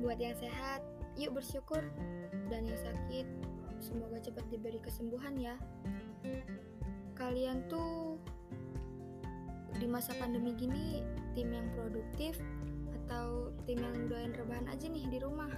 Buat yang sehat, yuk bersyukur. Dan yang sakit, semoga cepat diberi kesembuhan ya. Kalian tuh di masa pandemi gini tim yang produktif atau tim yang doyan rebahan aja nih di rumah?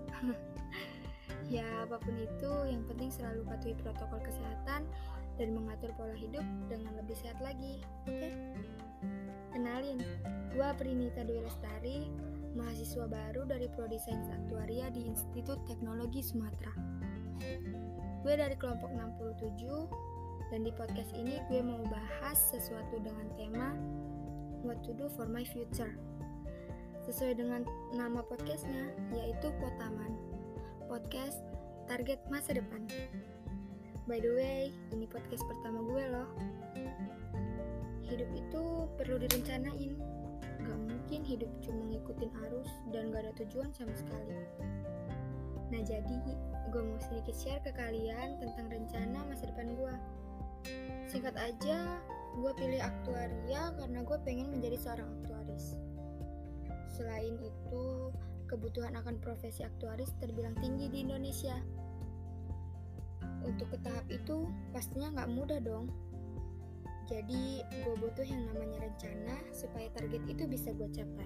Ya apapun itu, yang penting selalu patuhi protokol kesehatan dan mengatur pola hidup dengan lebih sehat lagi, oke? Kenalin, gue Prinita Dwi Lestari, mahasiswa baru dari Prodi Sains Aktuaria di Institut Teknologi Sumatera. Gue dari kelompok 67, dan di podcast ini gue mau bahas sesuatu dengan tema What to do for my future. Sesuai dengan nama podcastnya, yaitu Potaman, podcast target masa depan. By the way, ini podcast pertama gue loh. Hidup itu perlu direncanain. Gak mungkin hidup cuma ngikutin arus dan gak ada tujuan sama sekali. Nah jadi, gue mau sedikit share ke kalian tentang rencana masa depan gue. Singkat aja, gue pilih aktuaria karena gue pengen menjadi seorang aktuaris. Selain itu, kebutuhan akan profesi aktuaris terbilang tinggi di Indonesia. Untuk ke tahap itu, pastinya gak mudah dong. Jadi, gue butuh yang namanya rencana supaya target itu bisa gue capai.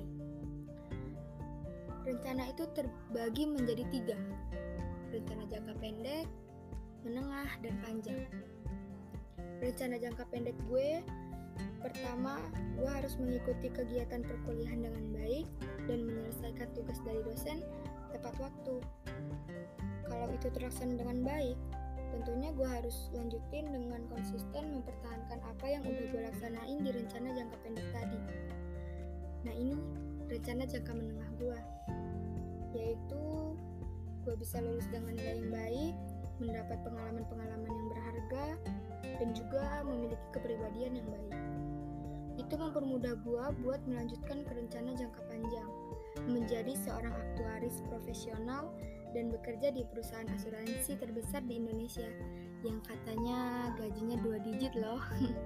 Rencana itu terbagi menjadi 3. Rencana jangka pendek, menengah, dan panjang. Rencana jangka pendek gue, pertama, gue harus mengikuti kegiatan perkuliahan dengan baik dan menyelesaikan tugas dari dosen tepat waktu. Kalau itu terlaksana dengan baik, tentunya gue harus lanjutin dengan konsisten mempertahankan apa yang udah gue laksanain di rencana jangka pendek tadi. Nah ini rencana jangka menengah gue, yaitu gue bisa lulus dengan nilai yang baik, mendapat pengalaman-pengalaman yang berharga, dan juga memiliki kepribadian yang baik. Itu mempermudah gue buat melanjutkan ke rencana jangka panjang, menjadi seorang aktuaris profesional dan bekerja di perusahaan asuransi terbesar di Indonesia yang katanya gajinya 2 digit loh.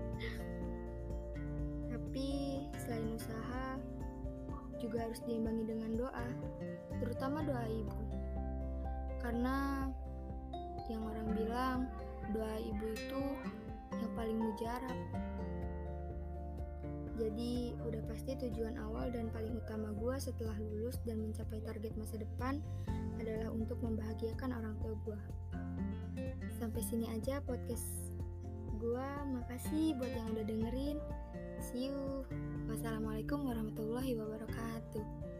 Tapi selain usaha juga harus diimbangi dengan doa, terutama doa ibu. Karena yang orang bilang doa ibu itu yang paling mujarab. Jadi udah pasti tujuan awal dan paling utama gue setelah lulus dan mencapai target masa depan adalah untuk membahagiakan orang tua gue. Sampai sini aja podcast gue. Makasih buat yang udah dengerin. See you. Wassalamualaikum warahmatullahi wabarakatuh.